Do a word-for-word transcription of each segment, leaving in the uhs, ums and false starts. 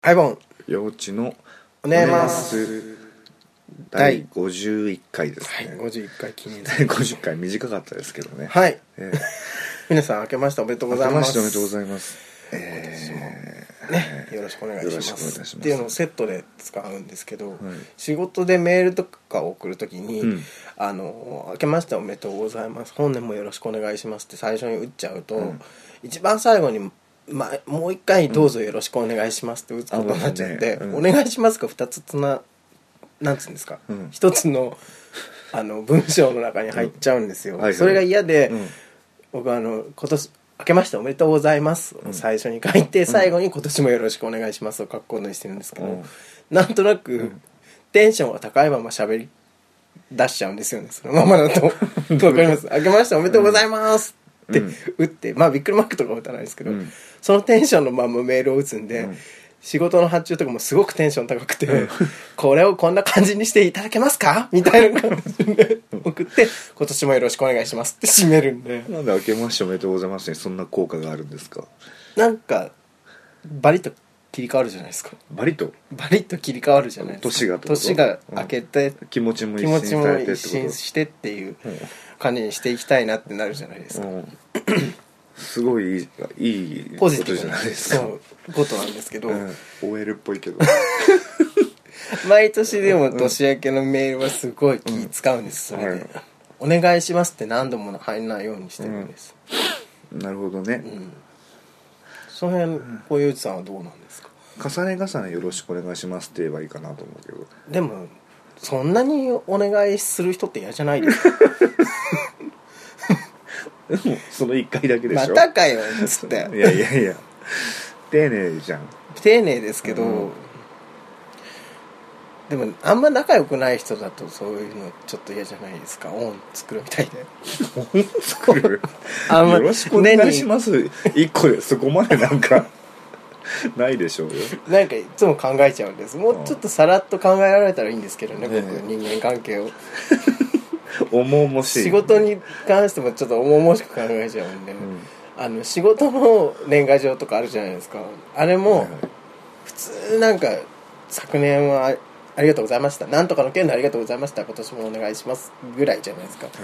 アイボン幼稚のお願いしますだいごじゅういっかいですね、 はい、ごじゅういっかい記念だいごじゅっかい短かったですけどね。 はい、 えー、 皆さん明けましておめでとうございます。 明けましておめでとうございます。 えー、ね、よろしくお願いします。 よろしくお願いしますっていうのをセットで使うんですけど、はい、仕事でメールとかを送るときに、うん、あの明けましておめでとうございます、本年もよろしくお願いしますって最初に打っちゃうと、うん、一番最後にまあ、もう一回どうぞよろしくお願いしますって打つことになっちゃって、うんねうん、お願いしますがふたつつななんつうんですか、うん、ひとつのあの文章の中に入っちゃうんですよ、うんはいはい、それが嫌で、うん、僕はあの今年明けましておめでとうございますを最初に書いて、うん、最後に今年もよろしくお願いしますを書くことにしてるんですけど、うん、なんとなく、うん、テンションが高いまま喋り出しちゃうんですよね、そのままだとわかります明けましておめでとうございます、うんって打って、まあビックリマークとか打たないですけど、うん、そのテンションのままメールを打つんで、うん、仕事の発注とかもすごくテンション高くて、うん、これをこんな感じにしていただけますかみたいな感じで送って今年もよろしくお願いしますって締めるんで。 なんで明けましておめでとうございますねそんな効果があるんですか？ なんかバリッと切り替わるじゃないですか。 バリッとバリッと切り替わるじゃないですか。 年が年が明けて、うん、 気持ちも一新されてってこと、 気持ちも一新してっていう感じにしていきたいなってなるじゃないですか、うん、 すごいいい、いいことじゃないですか。 そうことなんですけど、うん、 オーエル っぽいけど毎年でも年明けのメールはすごい気使うんです、それで、うん、お願いしますって何度も入んないようにしてるんです、 うん、なるほどね、うん、 その辺小遊三さんはどうなんですか？ 重ね重ねよろしくお願いしますって言えばいいかなと思うけど、 でもそんなにお願いする人って嫌じゃないですか？ でもそのいっかいだけでしょ。 またかよっつっていやいやいや丁寧じゃん。 丁寧ですけど、うん、でもあんま仲良くない人だとそういうのちょっと嫌じゃないですか。オン作るみたいでオン作るあんまよろしくお願いしますいっこでそこまでなんかないでしょうよ。 なんかいつも考えちゃうんです。もうちょっとさらっと考えられたらいいんですけどね、僕人間関係を重々しい。 仕事に関してもちょっと重々しく考えちゃうんで、うん、あの仕事の年賀状とかあるじゃないですか。あれも普通なんか昨年はありがとうございました、なんとかの件でありがとうございました、今年もお願いしますぐらいじゃないですか、はい、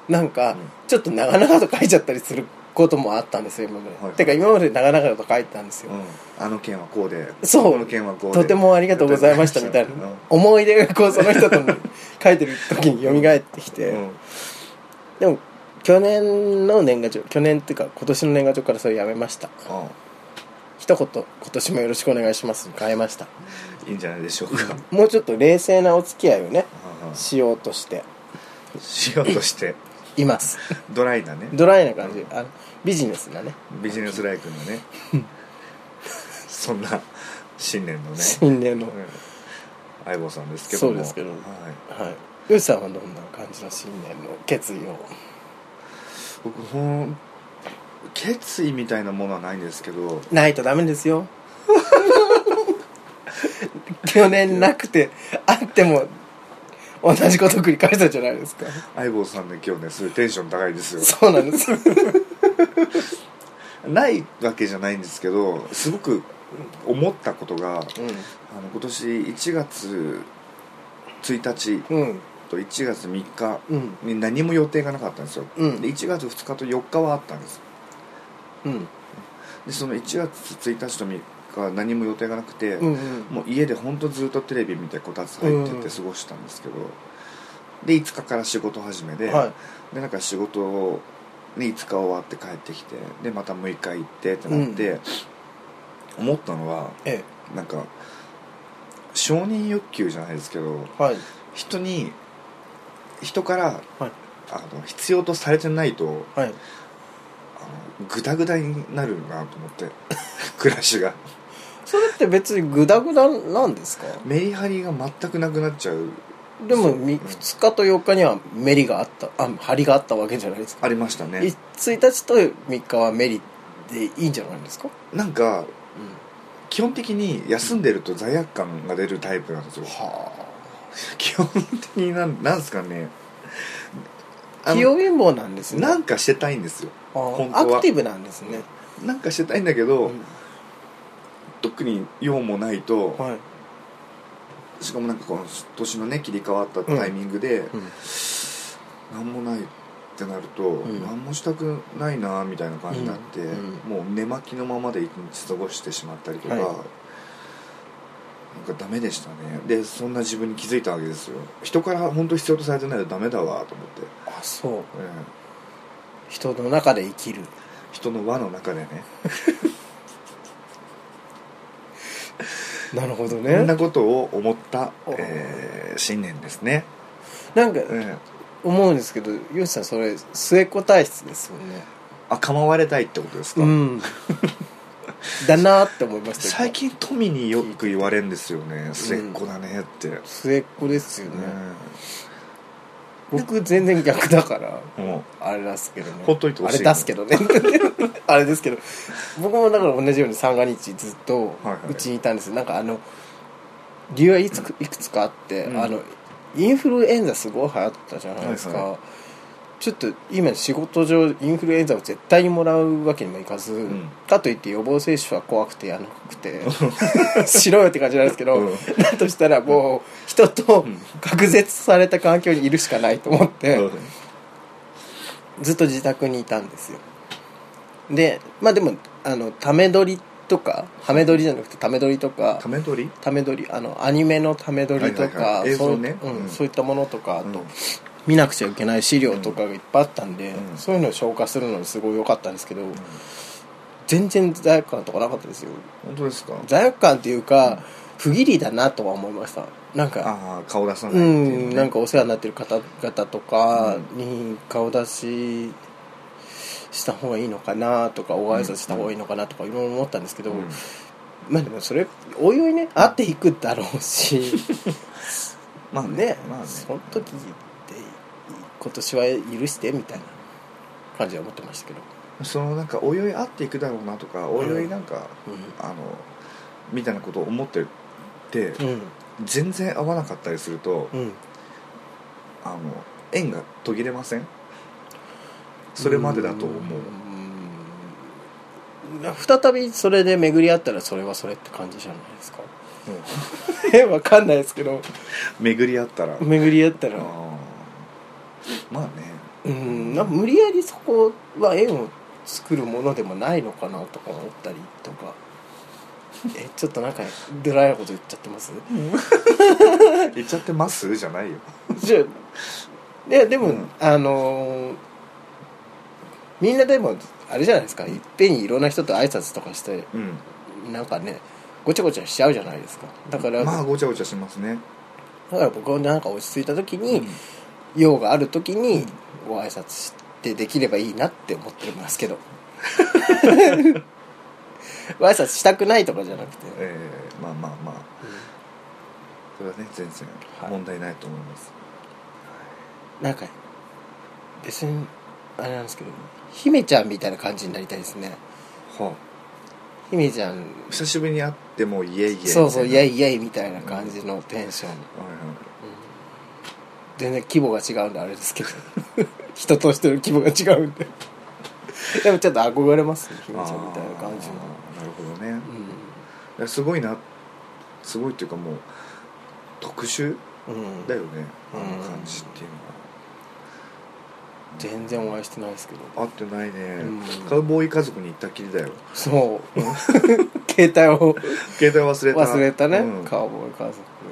なんかちょっと長々と書いちゃったりすることもあったんですよ今まで、はい、てか今まで長々と書いてたんですよ、 うん、あの件はこうで、 そうこの件はこうでとてもありがとうございましたみたいな、うん、思い出がこうその人と書いてる時に蘇ってきて、うん、でも去年の年賀状、去年っていうか今年の年賀状からそれやめました、うん、一言今年もよろしくお願いしますに変えました。 いいんじゃないでしょうか。 もうちょっと冷静なお付き合いをね、うん、しようとしてしようとしていますドライなね、 ドライな感じ、うん、あのビジネスなね、 ビジネスライクなねそんな新年のね新年の、うん、 相棒さんですけども、 そうですけど、はいはい、ヨシさんはどんな感じの新年の決意を？ 僕ほん決意みたいなものはないんですけど、 ないとダメですよ去年なくてあっても同じこと繰り返したじゃないですか。 相棒さんね今日ねすごいテンション高いですよ。 そうなんですないわけじゃないんですけど、すごく思ったことが、うん、あの今年いちがつついたちといちがつみっかに何も予定がなかったんですよ、うん、でいちがつふつかとよっかはあったんです、うん、でそのいちがつついたちとみっか何も予定がなくて、うんうん、もう家でほんとずっとテレビ見てこたつ入ってて過ごしたんですけど、うんうん、でいつかから仕事始めで、はい、でなんか仕事にいつか終わって帰ってきて、でまたむいか行ってってなって、うん、思ったのは、ええ、なんか承認欲求じゃないですけど、はい、人に人から、はい、あの必要とされてないと、はい、あのグダグダになるなと思って暮らしがそれって別にグダグダなんですか？ メリハリが全くなくなっちゃう。 でもふつかとよっかにはメリがあった、あ、張りがあったわけじゃないですか。 ありましたね。 ついたちとみっかはメリでいいんじゃないですか。 なんか、うん、基本的に休んでると罪悪感が出るタイプなんですよ、はあ、基本的になんなんですかね、 器用貧乏なんですね。 なんかしてたいんですよ、 本当はアクティブなんですね。 なんかしてたいんだけど、うん、 特に用もないと、 はい、 しかもなんかこの年のね切り替わったタイミングで、うんうん、何もないってなると、うん、何もしたくないなみたいな感じになって、うんうん、もう寝巻きのままで一日過ごしてしまったりとか、はい、なんかダメでしたね。でそんな自分に気づいたわけですよ。人から本当必要とされてないとダメだわと思って。 あ、そう、えー、人の中で生きる、 人の輪の中でねなるほどね。 こんなことを思った、えー、新年ですね。 なんか、えー、思うんですけど、ヨシさんそれ末っ子体質ですよね。 あ、構われたいってことですか。 うんだなって思いました。 最近富によく言われるんですよね、末っ子だねって、うん、 末っ子ですよね、うん、僕全然逆だから、うん、あれですけどね、 ほっといてほしい、 あれ出すけどねあれですけど、僕もだから同じように三が日ずっとうちにいたんですよ、はいはい、なんかあの理由はいくつ、いくつかあって、うん、あのインフルエンザすごい流行ったじゃないですか、はいはい、ちょっと今仕事上インフルエンザを絶対にもらうわけにもいかず、うん、かといって予防接種は怖くてやらなくてしろよって感じなんですけど、うん、だとしたらもう人と隔絶された環境にいるしかないと思って、うん、ずっと自宅にいたんですよ。でまあでもあのため撮りとかハメ撮りじゃなくてため撮りとか、 ため撮りため撮りあのアニメのため撮りとか、はいはいはい、映像ね、そう、うん、そういったものとか、あと、うん、見なくちゃいけない資料とかがいっぱいあったんで、うん、そういうのを消化するのにすごい良かったんですけど、うん、全然罪悪感とかなかったですよ。 本当ですか。 罪悪感っていうか、うん、不義理だなとは思いました。なんかあ顔出さないっていう、ね、 うん、なんかお世話になってる方々とかに顔出しした方がいいのかなとか、お挨拶した方がいいのかなとかいろいろ思ったんですけど、うん、まあでもそれおいおいね会っていくだろうしまあね、まあね、その時で今年は許してみたいな感じは思ってましたけど、 そのなんかおいおい会っていくだろうなとか、おいおいなんか、うん、あのみたいなことを思ってて、うん、全然会わなかったりすると、うん、あの縁が途切れません？それまでだと思う。 うん、再びそれで巡り合ったらそれはそれって感じじゃないですか。え、わかんないですけど、 巡り合ったら巡り合ったら、あ、 まあね、 うん、なんか無理やりそこは縁を作るものでもないのかなとか思ったりとかえ、ちょっとなんかドライなこと言っちゃってます言っちゃってますじゃないよじゃあで, でも、うん、あのー、みんなでもあれじゃないですか、いっぺんにいろんな人と挨拶とかして、うん、なんかねごちゃごちゃしちゃうじゃないですか。だからまあごちゃごちゃしますね。 だから僕はなんか落ち着いた時に、うん、用がある時にご挨拶してできればいいなって思ってますけどご挨拶したくないとかじゃなくて、 えー、まあまあまあ、うん、それはね全然問題ないと思います、 はい、なんか別にあれなんですけど、姫ちゃんみたいな感じになりたいですね。はあ、姫ちゃん久しぶりに会ってもイエイイエイ、 そうそうイエイイエイみたいな感じのテンション、うん、全然規模が違うんであれですけど人としての規模が違うんででもちょっと憧れますね、姫ちゃんみたいな感じの。 なるほどね、うん、すごいな、すごいっていうかもう特殊だよね、うん、あの感じっていうのは。 全然お会いしてないですけど。 会ってないね、うん、カウボーイ家族に行ったきりだよ。 そう携帯を携帯忘れた忘れたね、うん、カウボーイ家族。あれもう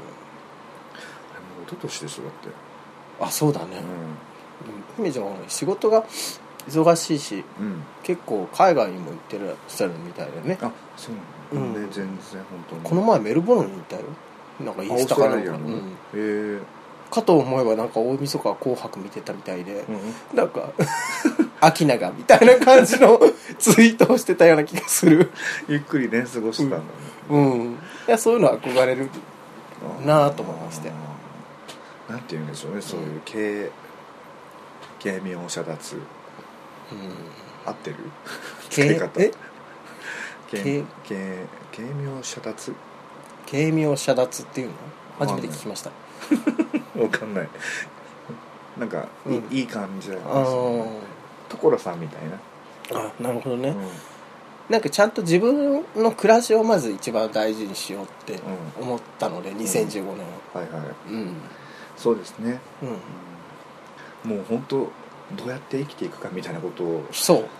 一昨年でしょだって。 あ、そうだね、うん、姫ちゃんは仕事が忙しいし、うん、結構海外にも行ってらっしゃるみたいでね。あ、 そうなんだ、ね、うん、全然本当に。 この前メルボルンにいたよ、なんかインスタかなんか、うん、へえ。かと思えばなんか大晦日は紅白見てたみたいで、うん、なんか秋長みたいな感じのツイートをしてたような気がするゆっくりね過ごしてたんだね、 うん、うん、いやそういうのは憧れるなと思いまして。 なんて言うんでしょうね、そういう軽軽妙遮奪、うん、合ってる使い方。え軽軽妙遮奪軽妙遮奪っていうの初めて聞きましたわかんないなんか、うん、いい感じだよね。所さんみたいな。 あ、なるほどね、 なんかちゃんと自分の暮らしをまず一番大事にしようって思ったので、うん、にせんじゅうごねんは、 はいはい、 うん、 そうですね、 うん、 もう本当どうやって生きていくかみたいなことをそうあの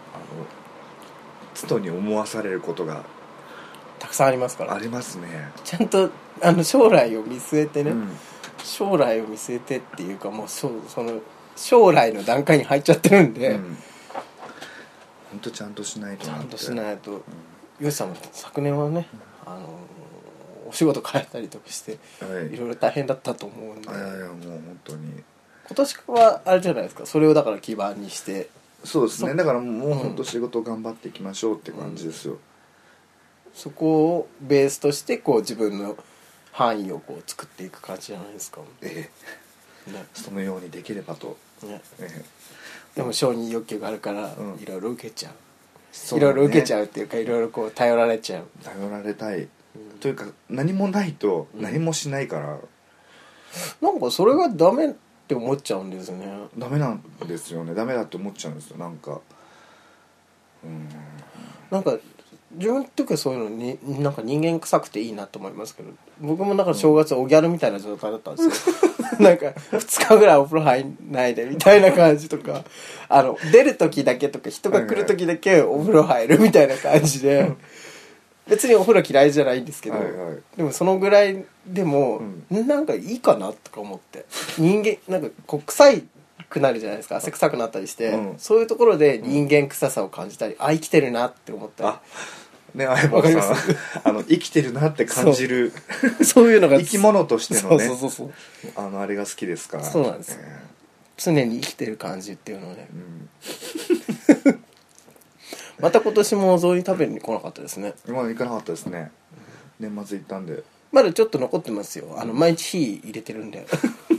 常に思わされることがたくさんありますからありますね。 ちゃんとあの将来を見据えてね、 うん、 将来を見据えてっていうかもうそその将来の段階に入っちゃってるんで、うん、 本当ちゃんとしないとちゃんとしないと、うん、ヨシさんも昨年はね、うん、あのお仕事変えたりとかして、はい、いろいろ大変だったと思うんで、 いやいやもう本当に今年はあれじゃないですか、それをだから基盤にして。 そうですね、だからもう本当仕事頑張っていきましょうって感じですよ、うん、 そこをベースとしてこう自分の範囲をこう作っていく感じじゃないですか。 ええ、ね、そのようにできればと、ね、ええ、 でも承認欲求があるからいろいろ受けちゃう、いろいろ受けちゃうっていうか、いろいろこう頼られちゃう、 頼られたい、うん、というか何もないと何もしないから、うん、 なんかそれがダメって思っちゃうんですね。 ダメなんですよね、ダメだって思っちゃうんですよ。なんかうんなんか自分っていうかそういうのになんか人間臭くていいなと思いますけど、僕もなんか正月おギャルみたいな状態だったんですよ、うん、なんかふつかぐらいお風呂入んないでみたいな感じとか、あの出る時だけとか人が来る時だけお風呂入るみたいな感じで、はいはい、別にお風呂嫌いじゃないんですけど、はいはい、でもそのぐらいでも、うん、なんかいいかなとか思って、人間なんかこう臭いくなるじゃないですか、汗臭くなったりして、うん、そういうところで人間臭さを感じたり、うん、あ生きてるなって思ったり、あね、あやばさんあの生きてるなって感じるそう、そういうのが生き物としてのね、 そうそうそうそうあのあれが好きですから。 そうなんです、えー、常に生きてる感じっていうのをね、うん、また今年もお雑煮食べに来なかったですね。 まだ行かなかったですね、年末行ったんで。 まだちょっと残ってますよ、あの毎日火入れてるんで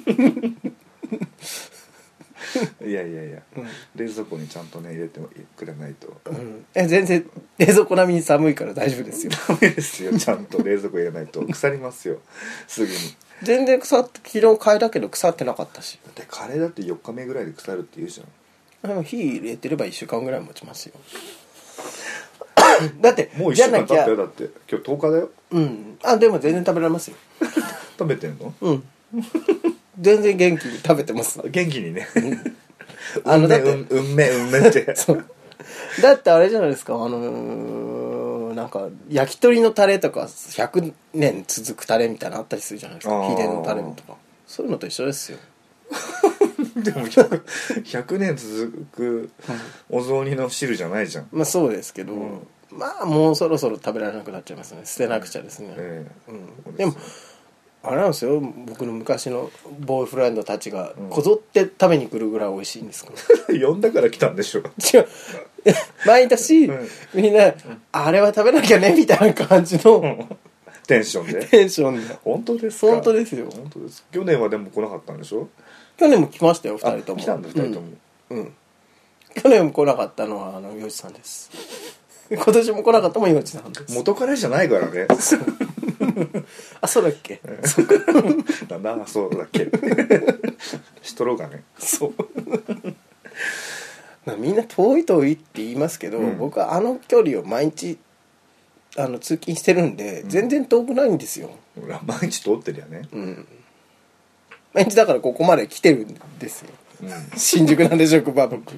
いやいやいや、うん、冷蔵庫にちゃんとね入れてくれないと、 うん、え全然冷蔵庫並みに寒いから大丈夫ですよダメですよ、ちゃんと冷蔵庫入れないと腐りますよすぐに。 全然腐って、昨日替えだけど腐ってなかったし。 だってカレーだってよっかめぐらいで腐るって言うじゃん。 でも火入れてればいっしゅうかんぐらい持ちますよだってもういっしゅうかん経ったよ、だって今日とおかだよ。 うん、あでも全然食べられますよ食べてんの？ うん全然元気に食べてます。 元気にねあのだってうんめうんめってそうだってあれじゃないですか、あのー、なんか焼き鳥のタレとかひゃくねん続くタレみたいなのあったりするじゃないですか、秘伝のタレとか、そういうのと一緒ですよでも ひゃく, ひゃくねん続くお雑煮の汁じゃないじゃん。 まあそうですけど、うん、まあもうそろそろ食べられなくなっちゃいますね、捨てなくちゃですね、えーうん、でもあれなんですよ、僕の昔のボーイフレンドたちがこぞって食べに来るぐらい美味しいんですから、 うん、呼んだから来たんでしょ。 違う毎年、うん、みんな、うん、あれは食べなきゃねみたいな感じの、うん、 テンションでテンションで。 本当ですか？ 本当ですよ。 本当です。去年はでも来なかったんでしょ？ 去年も来ましたよ、ふたりとも。 来たんだ、ふたりとも、 うん、うん、去年も来なかったのはあのヨシさんです。今年も来なかったのもヨシさんです。 元彼じゃないからねあ、そうだっけそうかなんだ、そうだっけしとろうがね。 そうみんな遠い遠いって言いますけど、うん、僕はあの距離を毎日あの通勤してるんで、うん、全然遠くないんですよ。 毎日通ってるよね、 うん、毎日だからここまで来てるんですよ、うん、新宿なんで職場僕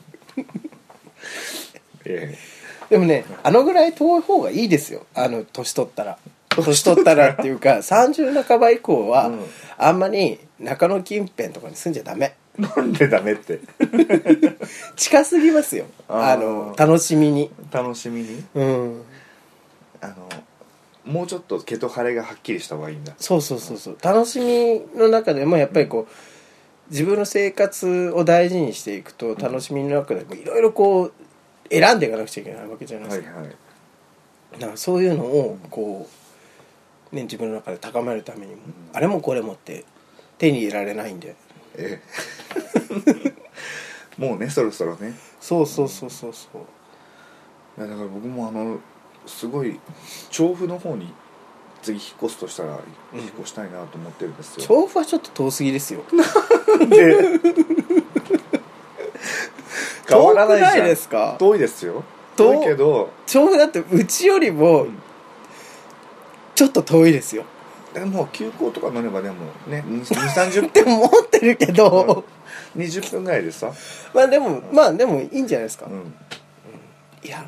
ええ、でもね、あのぐらい遠い方がいいですよ、あの年取ったら年取ったらっていうかさんじゅう半ば以降は、うん、あんまり中野近辺とかに住んじゃダメ。 なんでダメって近すぎますよ、あの楽しみに楽しみに、 うん、 あのもうちょっと毛と腫れがはっきりした方がいいんだ。 そうそうそうそう、楽しみの中でもやっぱりこう、うん、自分の生活を大事にしていくと楽しみの中でもいろいろこう選んでいかなくちゃいけないわけじゃないですか、はいはい、だからそういうのをこう、ね、自分の中で高めるためにも、うん、あれもこれもって手に入れられないんで、 ええもうね、そろそろね。 そうそうそうそうそう、 いやだから僕もあのすごい調布の方に次引っ越すとしたら引っ越したいなと思ってるんですよ。 調布はちょっと遠すぎですよ。 なんで変わらないじゃん。 遠くないですか？ 遠いですよ。 遠いけど調布だってうちよりもちょっと遠いですよ。 でも急行とか乗ればでもねにじゅうさんじゅっぷんでも持ってるけど、 うん、にじゅっぷんぐらいでさまあでも、うん、まあでもいいんじゃないですか、うんうん、いや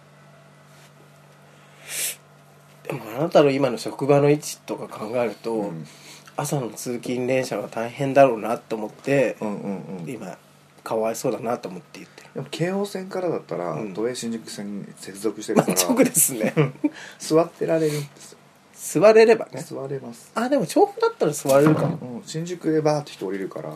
でもあなたの今の職場の位置とか考えると、うん、朝の通勤電車が大変だろうなと思って、うんうんうん、今かわいそうだなと思って言ってる。 でも京王線からだったら、うん、都営新宿線に接続してるから、 まあ、直ですね座ってられるんですよ。 座れればね。 座れます。 あでも調布だったら座れるかも、 うん、新宿でバーって人降りるから、うん、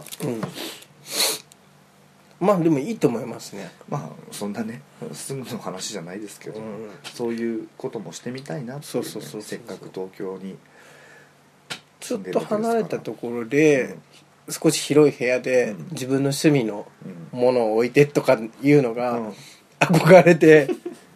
まあでもいいと思いますね。 まあそんなねすぐの話じゃないですけど、うん、そういうこともしてみたいなっていう、ね、そうそうそうそう、せっかく東京にちょっと離れたところで、うん、少し広い部屋で、うん、自分の趣味のものを置いてとかいうのが、うん、憧れて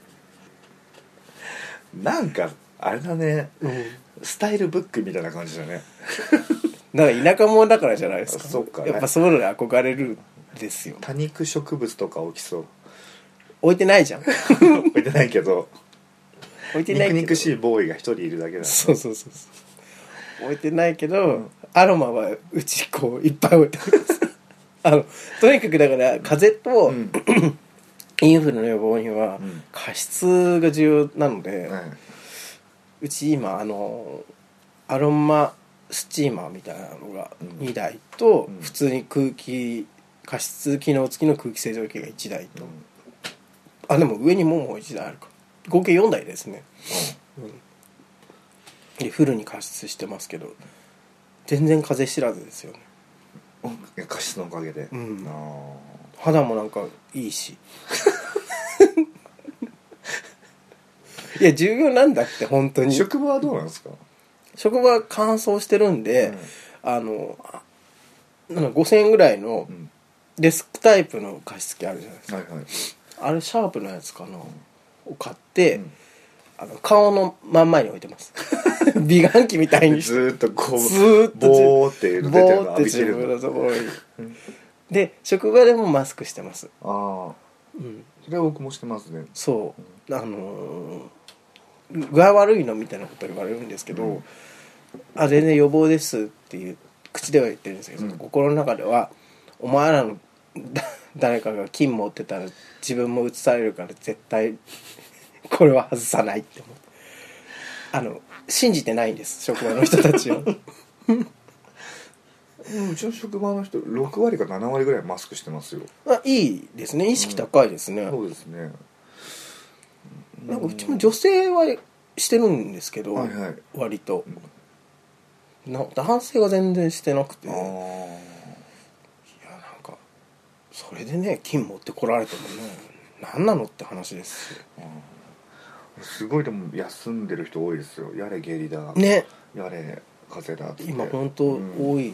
なんかあれだね、うん、スタイルブックみたいな感じだねなんか田舎者だからじゃないですか。 そうか、ね、 やっぱそういうのに憧れるんですよ。 多肉植物とか置きそう。 置いてないじゃん置いてないけど置いてないけど肉々しいボーイが一人いるだけだ、ね、 そうそうそうそう置いてないけど、うん、アロマはうちこういっぱい置いてありますあのとにかくだから風邪と、うん、インフルの予防には加湿が重要なので、うん、うち今あのアロマスチーマーみたいなのがにだいと、うん、普通に空気加湿機能付きの空気清浄機がいちだいと、うん、あでも上にももういちだいあるか、合計よんだいですね、うんうん、でフルに加湿してますけど全然風邪知らずですよね。 加湿のおかげで、うん、あ肌もなんかいいしいや重要なんだって本当に。 職場はどうなんですか？ 職場は乾燥してるんで、うん、あのなんかごせんえんぐらいのデスクタイプの加湿器あるじゃないですか、はいはい、あれシャープのやつかな、を買って、うん、あの顔の真ん前に置いてます美顔器みたいにしてずーっとこうずーっとボーっていうの出てるの浴びてるのボーって自分のところにで職場でもマスクしてます。 ああ、うん、それは僕もしてますね。 そう、うん、あのー、具合悪いのみたいなこと言われるんですけど、うん、あ全然予防ですっていう口では言ってるんですけど、うん、心の中ではお前らの誰かが菌持ってたら自分も移されるから絶対これは外さないって思う。あの信じてないんです職場の人たちをうちの職場の人ろくわりかななわりぐらいマスクしてますよ。 あいいですね、意識高いですね、 うん、そうですね。 なんかうちも女性はしてるんですけど、はいはい、割と、うん、な男性は全然してなくて、あいやなんかそれでね金持ってこられてもね何なのって話ですよ。 すごいでも休んでる人多いですよ。やれ下痢だ、 ね、 やれ風邪だって。 今本当多いので、うんうん、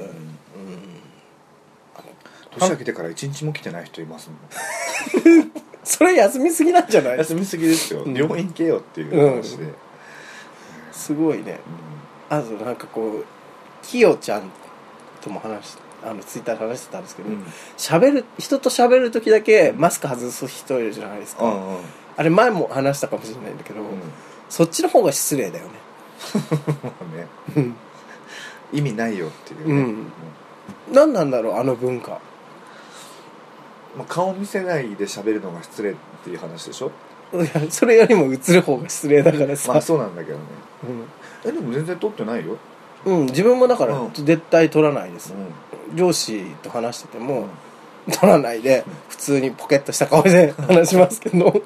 年明けてから一日も来てない人いますもんそれ休みすぎなんじゃない？ 休みすぎですよ、うん、病院行けよっていう話で、うん、 すごいね、うん、あとなんかこうきよちゃんとも話してあのツイッターで話してたんですけど、喋、うん、る人と喋る時だけマスク外す人いるじゃないですか、うんうん、あれ前も話したかもしれないんだけど、うん、そっちの方が失礼だよねね意味ないよっていう、ね、うん、 何なんだろうあの文化。 まあ、顔見せないで喋るのが失礼っていう話でしょ。 いやそれよりも映る方が失礼だからさ。 まあそうなんだけどね、うん、えでも全然撮ってないよ。 うん自分もだから絶対撮らないです、うん、上司と話してても、うん、撮らないで普通にポケットした顔で話しますけど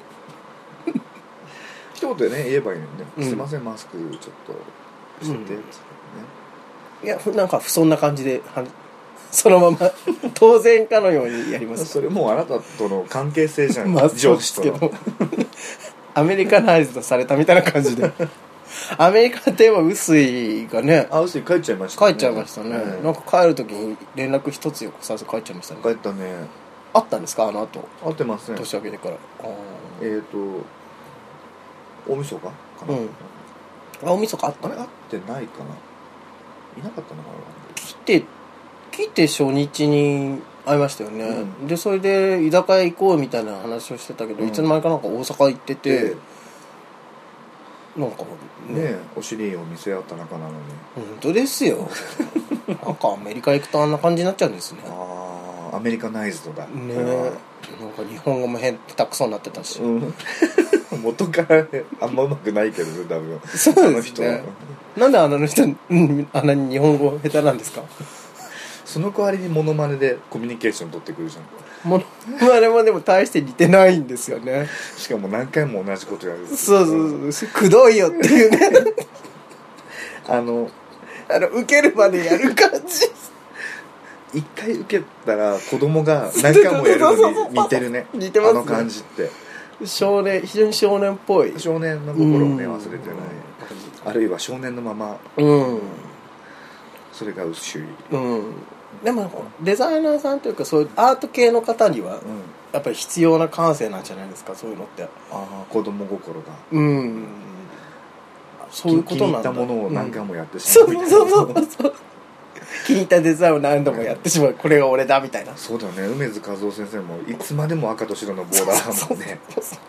一言でね言えばいいのにね、うん、すいませんマスクちょっとしてて、うん、 いやなんかそんな感じでそのまま当然かのようにやります。 それもうあなたとの関係性じゃん、まあ、上司とのアメリカナイズとされたみたいな感じでアメリカって言えば臼井がねあ臼井帰っちゃいましたね。 帰っちゃいましたね、うん、なんか帰る時に連絡一つよこさず帰っちゃいましたね。 帰ったね。 あったんですかあの後。 会ってますね年明けてから。あえっ、ー、と大晦日かな、うん、 あ大晦日あったね。 あれ会ってないかな、いなかったのかな。 来て来て初日に会いましたよね、うん、でそれで居酒屋行こうみたいな話をしてたけど、うん、いつの間にかなんか大阪行ってて、なんかねえお尻を見せ合った仲なのに本当ですよなんかアメリカ行くとあんな感じになっちゃうんですね。 ああアメリカナイズドだねえなんか日本語も変下手くそになってたし、うん、 元からあんまうまくないけどね多分そうですねなんであの人、うん、あんなに日本語下手なんですかその代わりにモノマネでコミュニケーション取ってくるじゃん。 モノマネもでも大して似てないんですよね。 しかも何回も同じことやる。 そうそうそうくどいよっていうねあのあの受けるまでやる感じ一回受けたら子供が何回もやるのに似てるね似てますねあの感じって少年非常に少年っぽい少年の心をね忘れてないあるいは少年のままうんそれが薄いうんでもデザイナーさんというかそういうアート系の方にはやっぱり必要な感性なんじゃないですかそういうのって。ああ子供心がうんそういうことなんだ。 気に入ったものを何回もやってしまうみたいな、うん、そうそうそう気に入ったデザインを何度もやってしまうこれが俺だみたいな。 そうだね梅津和夫先生もいつまでも赤と白のボーダーだもんね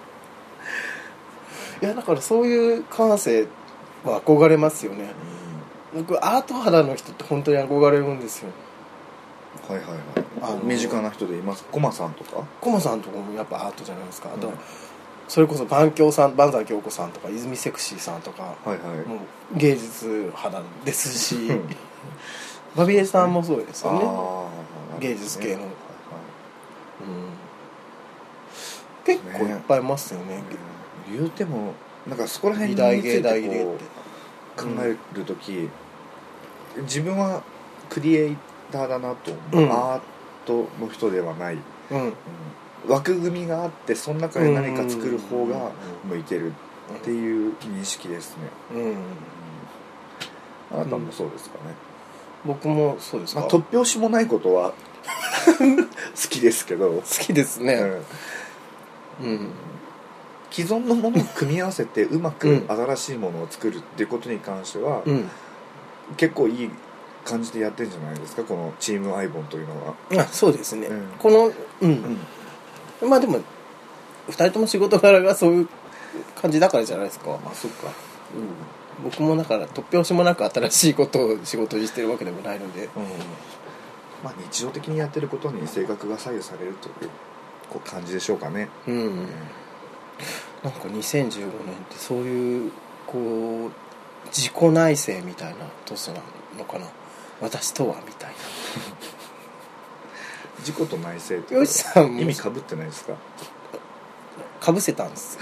いやだからそういう感性は憧れますよね、うん、僕アート肌の人って本当に憧れるんですよ。 はいはいはいあの身近な人でいますコマさんとかコマさんとかもやっぱアートじゃないですか、うん、あとそれこそ万京さん萬斎京子さんとか泉セクシーさんとか、はいはい、もう芸術肌ですしバビエさんもそうですよね芸術系の、はいはいうん、結構いっぱいいますよね、ね言うてもなんかそこら辺についてこう考えるとき、うん、自分はクリエイターだなと思う、うん、アートの人ではない、うんうん、枠組みがあってその中で何か作る方が向いてるっていう認識ですね、うんうんうん、あなたもそうですかね。 僕もそうですか、 まあ、突拍子もないことは好きですけど好きですね、 うんうん、既存のものを組み合わせてうまく新しいものを作るっていうことに関しては、うん、結構いい感じでやってるんじゃないですかこのチームアイボンというのは。 あそうですね、うん、このうん、うん、まあでもふたりとも仕事柄がそういう感じだからじゃないですか。 まあそっか、 うん、僕もだから突拍子もなく新しいことを仕事にしてるわけでもないので、うん、 まあ日常的にやってることに性格が左右されるというこう感じでしょうかね。うん、うん、 なんかにせんじゅうごねんってそういうこう自己内省みたいな年なのかな私とはみたいな自己と内省って意味かぶってないですか。 かぶせたんです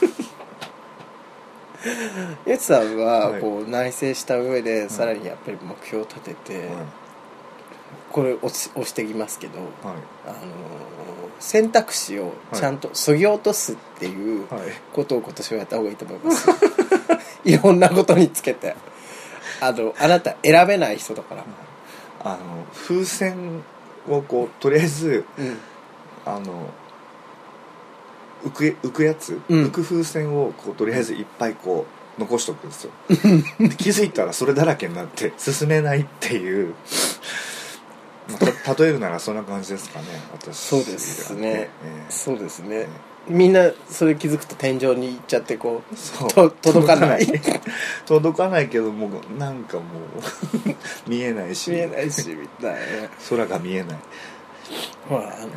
ヨシさんはこう内省した上でさらにやっぱり目標を立てて、はい、これ押し、押してきますけど、はい、あの選択肢をちゃんと削ぎ落とすっていうことを今年はやった方がいいと思います、はい、いろんなことにつけてあのあなた選べない人だから、 あの風船をこうとりあえず、うん、あの浮く、浮くやつ、うん、浮く風船をこうとりあえずいっぱいこう残しとくんですよ気づいたらそれだらけになって進めないっていう、まあ、例えるならそんな感じですかね私。 そうですね、えー、そうですね、えー、みんなそれ気づくと天井に行っちゃってこうそうと届かない届かないけどもうなんかもう見えないし見えないしみたいな空が見えない。 ほらあの、ね、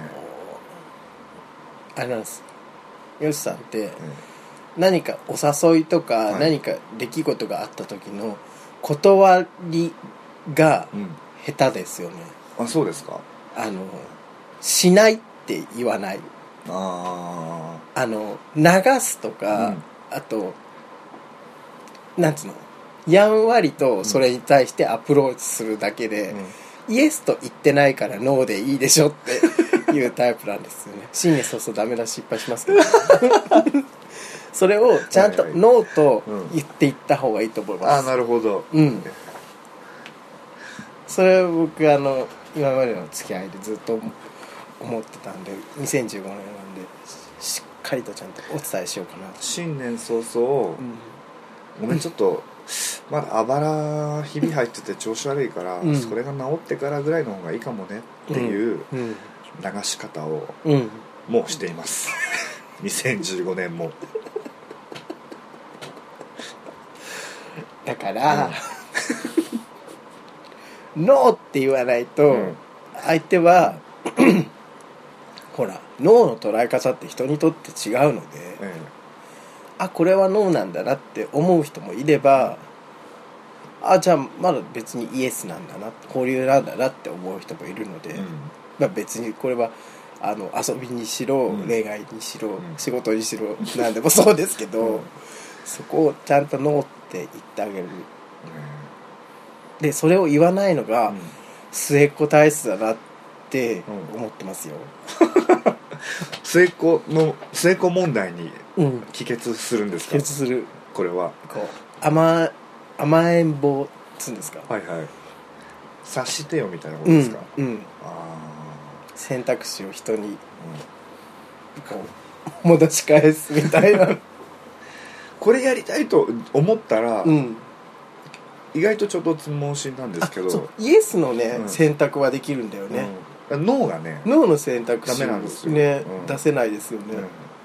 あれなんですヨシさんって、うん、何かお誘いとか、はい、何か出来事があった時の断りが下手ですよね、 うん、あそうですか。 あのしないって言わない、 ああの流すとか、うん、あとなんつうのやんわりとそれに対してアプローチするだけで、うん、イエスと言ってないからノーでいいでしょっていうタイプなんですよね。新年早々ダメ出しいっぱいしますけどそれをちゃんとノーと言っていった方がいいと思います、はいはい、 あなるほど、 うん、それを僕あの今までの付き合いでずっと思ってたんでにせんじゅうごねんなんでしっかりとちゃんとお伝えしようかなと。 新年早々、うん、ごめんちょっとまだあばらひび入ってて調子悪いから、うん、それが治ってからぐらいの方がいいかもねっていう流し方をもうしています、うん、にせんじゅうごねんもだから、うん、ノーって言わないと、うん、相手はほらノーの捉え方って人にとって違うので、うん、あこれはノーなんだなって思う人もいれば、あじゃあまだ別にイエスなんだな交流なんだなって思う人もいるので、うんまあ、別にこれはあの遊びにしろ、うん、恋愛にしろ、うん、仕事にしろ何でもそうですけど、うん、そこをちゃんとノーって言ってあげる、うん、でそれを言わないのが末っ子体質だなって思ってますよ、 うん末っ子の末っ子問題に帰結するんですか、 帰結するこれはこう甘甘えん坊っつうんですか、 はいはい察してよみたいなことですか、 うん、うん、あ選択肢を人にこう戻し返すみたいなこれやりたいと思ったら、うん、意外とちょっとつもしなんですけどそうイエスのね、うん、選択はできるんだよね、 うん、ノーがねノーの選択肢ダメなんですよ、 ねうん、 出せないですよね、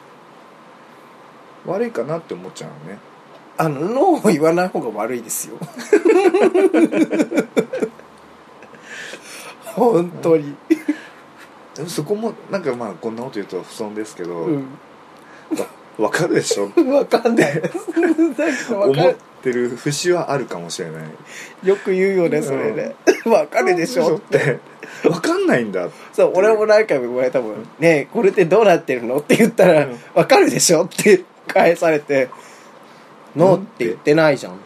うん、悪いかなって思っちゃうのねあのノーを言わない方が悪いですよ本当にでもそこもなんかまあこんなこと言うと不損ですけど、うん、分かるでしょ分かんない思ってる節はあるかもしれないよく言うよねそれね、うん、分かるでしょって分かんないんだそう俺も何回も言われたもん、うん、ねえこれってどうなってるのって言ったら、うん、分かるでしょって返されてノーって言ってないじゃん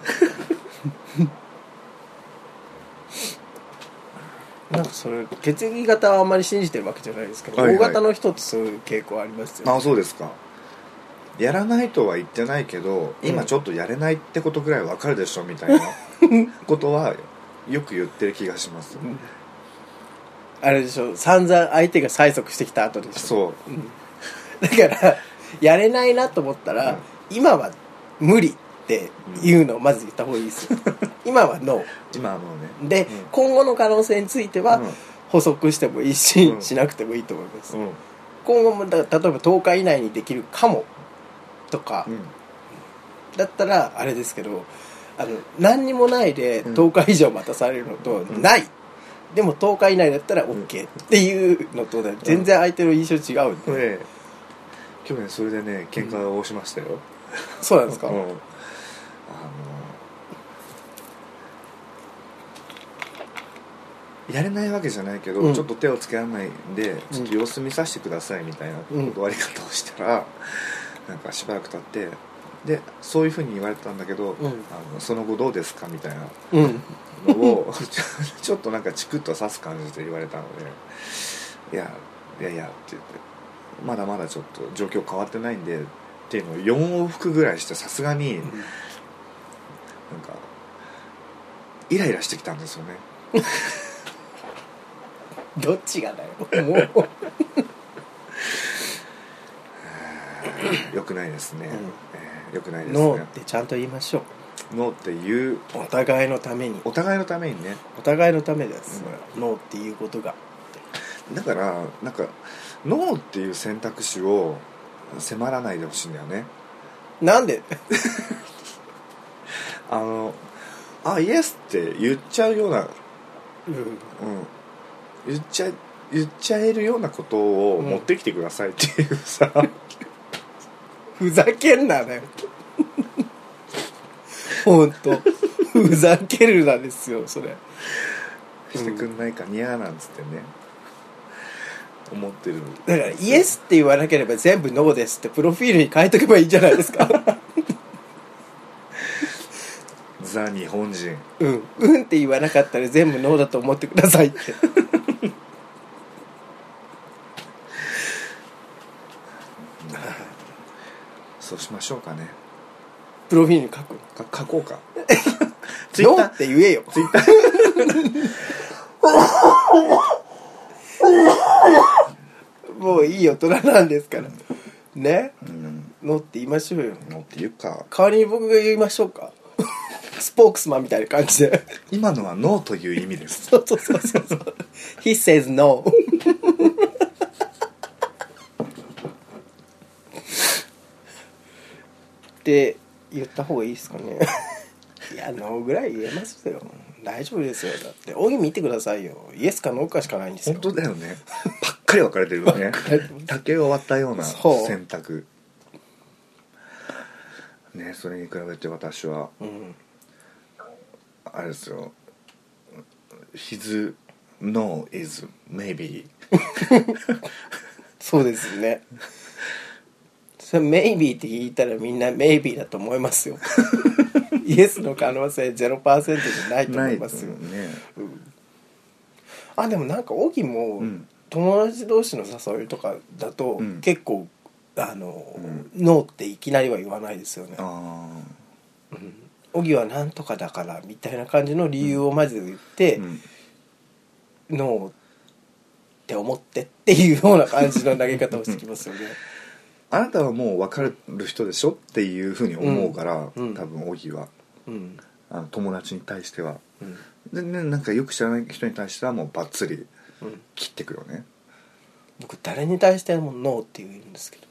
なんかそれ血液型はあんまり信じてるわけじゃないですけど、はいはい、O 型の人ってそういう傾向ありますよね。 あ、そうですか。やらないとは言ってないけど、うん、今ちょっとやれないってことぐらいわかるでしょみたいなことはよく言ってる気がします、うん、 あれでしょ散々相手が催促してきた後でしょそう、 うん、だからやれないなと思ったら、うん、今は無理っていうのをまず言った方がいいですよ今はノー今はノーねで、うん、今後の可能性については、うん、補足してもいいし、うん、しなくてもいいと思います、うん、今後もだ例えばとおか以内にできるかもとか、うん、だったらあれですけどあの何にもないでとおか以上待たされるのと、うん、ないでもとおか以内だったら OK っていうのと、ね、全然相手の印象違うんで、 うん、去年それでね喧嘩をしましたよ、うん、 そうなんですか、うん、あのやれないわけじゃないけど、うん、ちょっと手をつけられないんでちょっと様子見させてくださいみたいな断り方をしたら、うん、なんかしばらく経ってでそういうふうに言われたんだけど、うん、あのその後どうですかみたいなのを、うん、ちょっとなんかチクッと刺す感じで言われたのでいやいやいやって言ってまだまだちょっと状況変わってないんでっていうのをよん往復ぐらいしてさすがに、うん、なんかイライラしてきたんですよねどっちがだよもうよくないですね、うんえー、よくないですねノーってちゃんと言いましょうノーって言うお互いのためにお互いのためにねお互いのためです、うん、ノーっていうことがだからなんかノーっていう選択肢を迫らないでほしいんだよねなんであのあイエスって言っちゃうような、うんうん、言っちゃ言っちゃえるようなことを持ってきてくださいっていうさ、うん、 ふざけんなねほんとふざけるなですよそれしてくんないか、うん、にゃーなんつってね思ってるだからイエスって言わなければ全部ノーですってプロフィールに書いとけばいいんじゃないですかザ日本人うんうんって言わなかったら全部ノーだと思ってくださいってそうしましょうかねプロフィールに書くか書こうかノーって言えよツイッターもういい大人なんですからね、うん、ノーって言いましょうよノーって言うか代わりに僕が言いましょうかスポークスマンみたいな感じで今のはノーという意味です。 そうそうそうそうそう He says no って言った方がいいですかねいやノーぐらい言えますよ、大丈夫ですよ。だっておい見てくださいよ、イエスかノーかしかないんですよ。 本当だよね、ばっかり分かれてるよね竹を割ったような選択ね。それに比べて私は、うん、あれですよ His no is maybe そうですね。それ maybe って言ったらみんな maybe だと思いますよイエスの可能性 ゼロパーセント じゃないと思いますよ、ねうん、あでもなんかオギも、うん、友達同士の誘いとかだと、うん、結構あの、うん、ノーっていきなりは言わないですよね。あ、うん、オギはなんとかだからみたいな感じの理由をまず言って、うん、ノーって思ってっていうような感じの投げ方をしてきますよねあなたはもう分かる人でしょっていうふうに思うから、うん、多分オギは、うん、あの友達に対しては、うん、でね、なんかよく知らない人に対してはもうバッツリ切ってくよね、うん、 僕誰に対してもノーって言うんですけ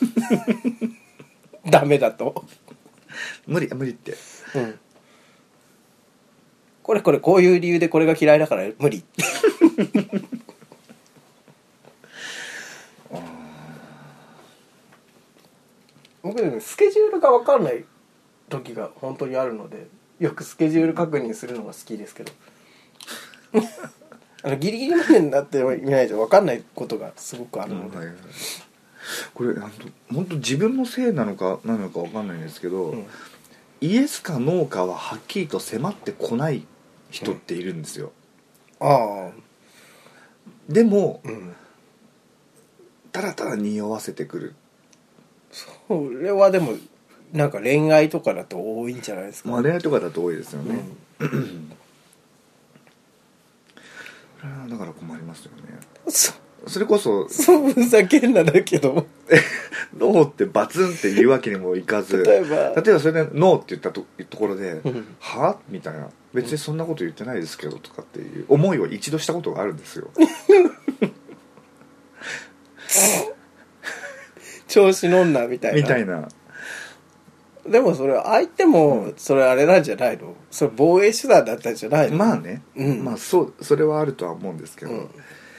どダメだと無理無理って、うん、 これこれこういう理由でこれが嫌いだから無理僕でもスケジュールが分かんない時が本当にあるのでよくスケジュール確認するのが好きですけどあのギリギリまでになってみないと分かんないことがすごくあるので、うんはいはい、 これ本当自分のせいなのか何なのか分かんないんですけど、うん、イエスかノーかははっきりと迫ってこない人っているんですよ、うん、ああでも、うん、ただただ匂わせてくる。 それはでもなんか恋愛とかだと多いんじゃないですか、 まあ、恋愛とかだと多いですよね、うん、だから困りますよね。 そ, それこそそうふざけんなだけどノーってバツンって言うわけにもいかず例えば例えばそれでノーって言った と, ところで、うん、はみたいな、別にそんなこと言ってないですけどとかっていう思いを一度したことがあるんですよ調子乗んなみたいなみたいな。 でもそれ相手もそれあれなんじゃないの、それ防衛手段だったんじゃないの。 まあね、うん、まあそうそれはあるとは思うんですけど、うん、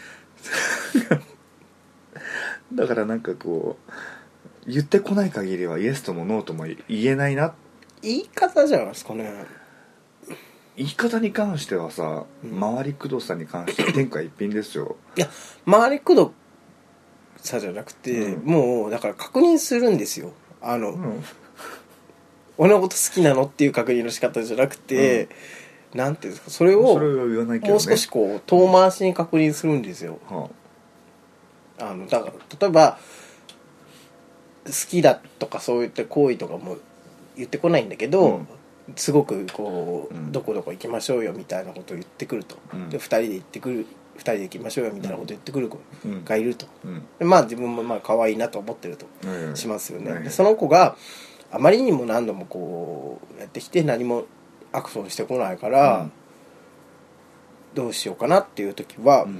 だからなんかこう言ってこない限りはイエスともノーとも言えないな。 言い方じゃないですかね。 言い方に関してはさ、うん、回りくどさに関しては天下一品ですよ。 いや回りくどさじゃなくて、うん、もうだから確認するんですよ。あの、うん、俺のこと好きなのっていう確認の仕方じゃなくて、うん、なんていうんですか、それをそれは言わないけどね、 もう少しこう遠回しに確認するんですよ、うん、あのだから例えば好きだとかそういった行為とかも言ってこないんだけど、うん、すごくこう、うん、どこどこ行きましょうよみたいなことを言ってくると、うん、でふたりで行ってくるふたりで行きましょうよみたいなことを言ってくる子がいると、うん、でまあ自分もまあ可愛いなと思ってるとしますよね、うん、でその子があまりにも何度もこうやってきて何もアクションしてこないから、うん、どうしようかなっていう時は、うん、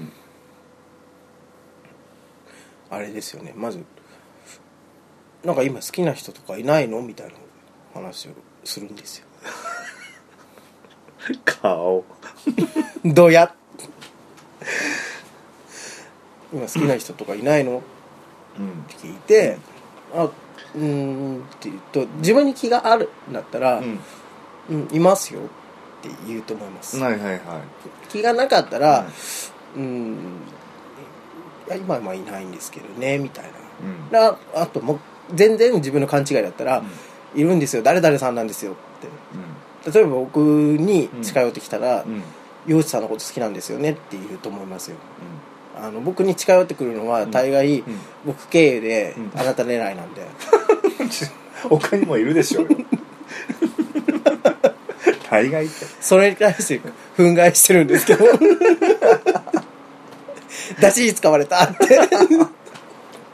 あれですよね、まずなんか今好きな人とかいないのみたいな話をするんですよ顔どや今好きな人とかいないの、うん、って聞いて、あうーんって言うと自分に気があるんだったら、うんうん、いますよって言うと思います。 はいはいはい。 気がなかったら、うん、うんいや今はまあいないんですけどねみたいな、うん、だあともう全然自分の勘違いだったら、うん、いるんですよ誰々さんなんですよって、うん、例えば僕に近寄ってきたら、うんうん、洋一さんのこと好きなんですよねって言うと思いますよ、うん、あの僕に近寄ってくるのは大概、うん、僕経由で、うん、あなた狙いなんで他にもいるでしょうよ大概ってそれに対して憤慨してるんですけど出しに使われたって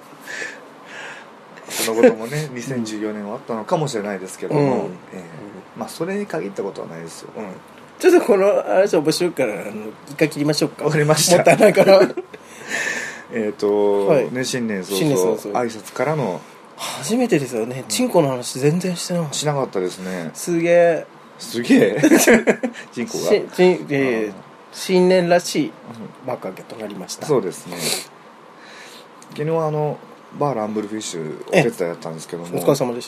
そのこともねにせんじゅうよねんはあったのかもしれないですけども、うんえまあそれに限ったことはないですよ、 うん、ちょっとこの話面白いからあの一回切りましょうか。 わかりました。 もったいないからえっと、はい、ね、新年早々挨拶からの初めてですよね。チンコの話全然してなしなかったですね。 すげえすげえチンコがしちん、えー、新年らしい幕開けとなりました。 そうですね。昨日あのバーランブルフィッシュお手伝いだったんですけども、 お疲れ様でした。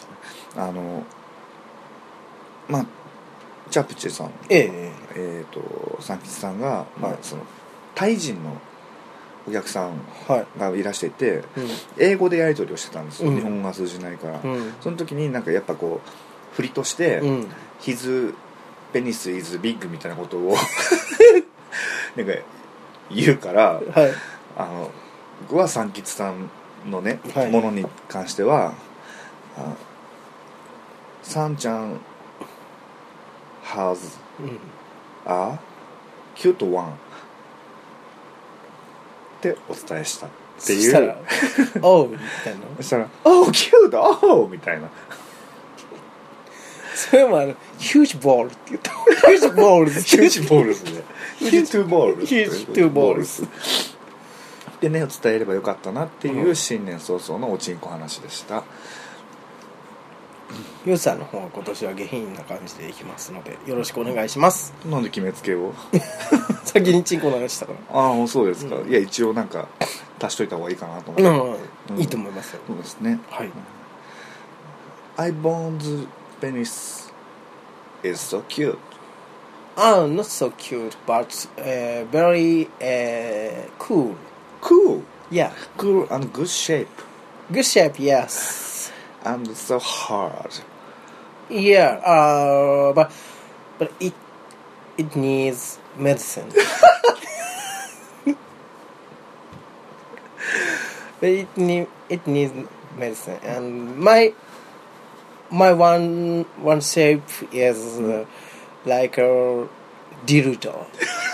あのまあチャプチェさん、 えええー、と三吉さんが、はい、まあ、そのタイ人のお客さんがいらしていて、はい、うん、英語でやり取りをしてたんですよ、うん、日本語が通じないから、うん、その時になんかやっぱこう振りとして、うん、His penis is big みたいなことをなんか言うから、はい、あの僕は三吉さんのね、はい、ものに関してはサンちゃん has a cute one ってお伝えしたっていう。そしたらおうみたいな。 そしたらおうキュートおうみたいな。 それもあのヒュージボールって言ったヒュージボールヒュージボールですね。ヒュージトゥーボールヒュージトゥーボールでね、伝えればよかったなっていう新年早々のおちんこ話でした。 ヨウさんの方は今年は下品な感じでいきますのでよろしくお願いします。 なんで決めつけを先にチンコ流したから。 ああそうですか、うん、いや一応なんか足しといた方がいいかなと思って、うんうん、いいと思いますよ。 そうですね。はい。Ibon's penis is so cute. Ah, not so cute, but uh, very uh, cool. Cool? Yeah. Cool and good shape. Good shape, yes. And so hard. Yeah, uh, but but it it needs medicine. But it need it needs medicine, and my my one one shape is uh, like a dildo.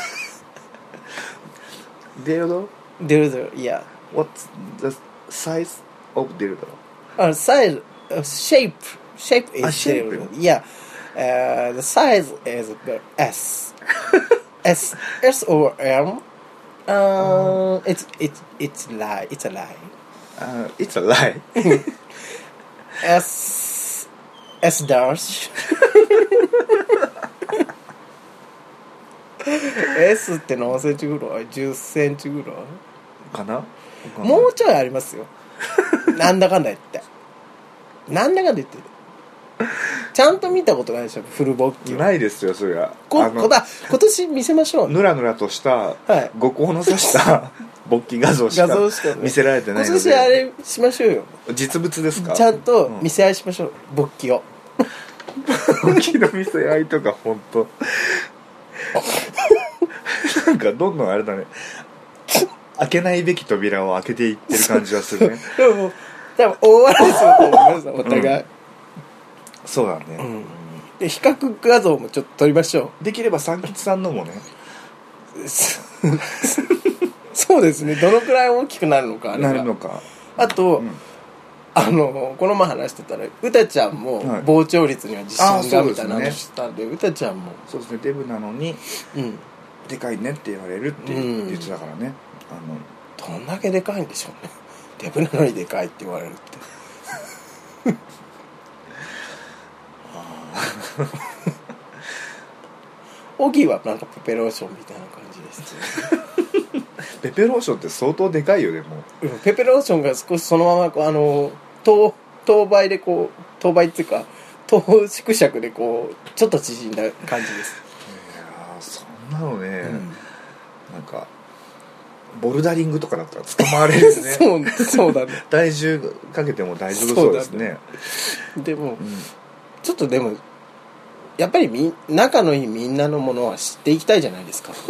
Dildo? Dildo, yeah. What's the size of dildo? Uh, size, uh, shape, shape is A shape? dildo. Yeah. Uh, the size is S. S, S or M. Uh, oh. It's it's it's lie. It's a lie. Uh, it's a lie. S S dash. S って何センチぐらい？じゅっセンチぐらいかな？ もうちょいありますよ。なんだかんだ言ってなんだかんだ言ってちゃんと見たことないでしょ、フルボッキ。 ないですよそれは。 ここだ今年見せましょう。 ぬらぬらとした五光の差した勃起画像しか見せられてないので、 今年あれしましょうよ。 実物ですか？ ちゃんと見せ合いしましょう、勃起を。 勃起の見せ合いとか本当なんかどんどんあれだね、開けないべき扉を開けていってる感じはするね。 でも多分大笑いすると思いますお互い、うん、 そうだね、うん、 で比較画像もちょっと撮りましょう。できれば三吉さんのもねそうですね、どのくらい大きくなるのかあれなるのか。 あと、うん、あのこの前話してたらうたちゃんも膨張率には自信がみたいな話したんで、うたちゃんもそうですね、デブなのに、うん、でかいねって言われるって言ってたからね、 あのどんだけでかいんでしょうね、デブなのにでかいって言われるってオギはなんかペペローションみたいな感じですねペペローションって相当でかいよね。もうペペローションが少しそのままこうあの等等倍でこう等倍っていうか等縮尺でこうちょっと縮んだ感じです。 いやそんなのね、うん、なんかボルダリングとかだったら捕まわれるねそうそうだね体重かけても大丈夫そうですね。 でも、うん、ちょっとでもやっぱりみ仲のいいみんなのものは知っていきたいじゃないですか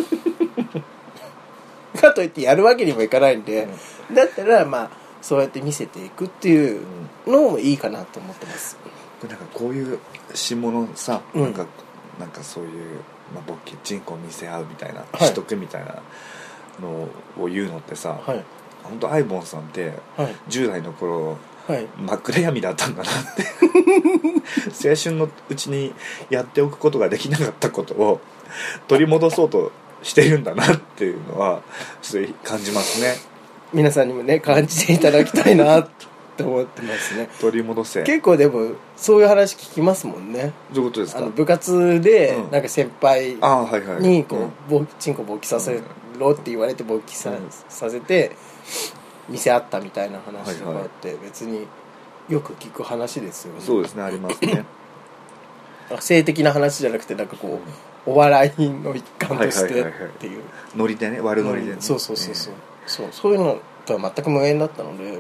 かといってやるわけにもいかないんで、うん、だったらまあそうやって見せていくっていうのもいいかなと思ってます。 なんかこういう下のさ、うん、なんかなんかそういう、まあ、勃起チンコを見せ合うみたいな、はい、しとけみたいなのを言うのってさ、はい、本当アイボンさんって、はい、じゅう代の頃はい、 真っ暗闇だったんだなって青春のうちにやっておくことができなかったことを取り戻そうとしてるんだなっていうのはちょっと感じますね。 皆さんにもね感じていただきたいなって思ってますね。 取り戻せ。 結構でもそういう話聞きますもんね。 どういうことですか？ あの部活でなんか先輩にこう、うん、チンコ勃起させろって言われて勃起 さ,、うん、させて見せ合ったみたいな話とかあって、はいはい、別によく聞く話ですよね。 そうですね、ありますね性的な話じゃなくてなんかこう、うん、お笑いの一環としてっていう、はいはいはいはい、 ノリでね、悪ノリでね、 うん、そうそうそうそう、えー、そうそういうのとは全く無縁だったので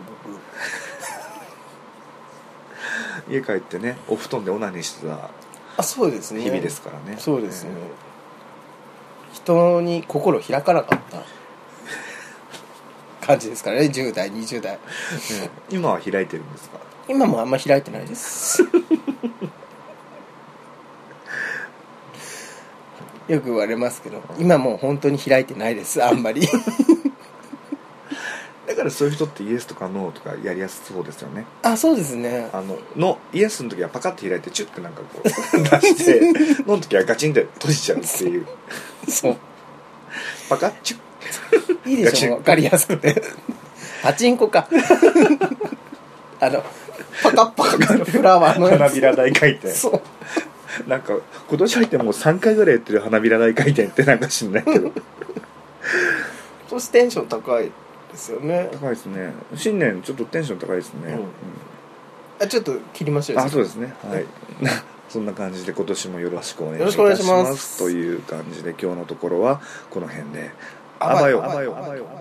僕家帰ってねお布団でオナニーしてたあそうですね日々ですからね。 そうですね、えー、人に心開かなかった感じですからね、じゅう代にじゅう代、ね、 今は開いてるんですか？ 今もあんま開いてないですよく言われますけど今もう本当に開いてないです、あんまりだからそういう人ってイエスとかノーとかやりやすそうですよね。 あ、そうですね。 あののイエスの時はパカッと開いてチュッてなんかこう出してノーの時はガチンって閉じちゃうっていうそうパカッチュッいいでしょ、分かりやすくてパチンコかあのパカッパカッフラワーの花びら大回転。 そうなんか今年入ってもうさんかいぐらいやってる花びら大回転ってなんか知んないけどそしてテンション高いですよね。 高いですね。新年ちょっとテンション高いですね、うんうん、 あちょっと切りましょう。 あそうですね、はいそんな感じで今年もよろしくお願いいたします。という感じで今日のところはこの辺であばよあばよあばよ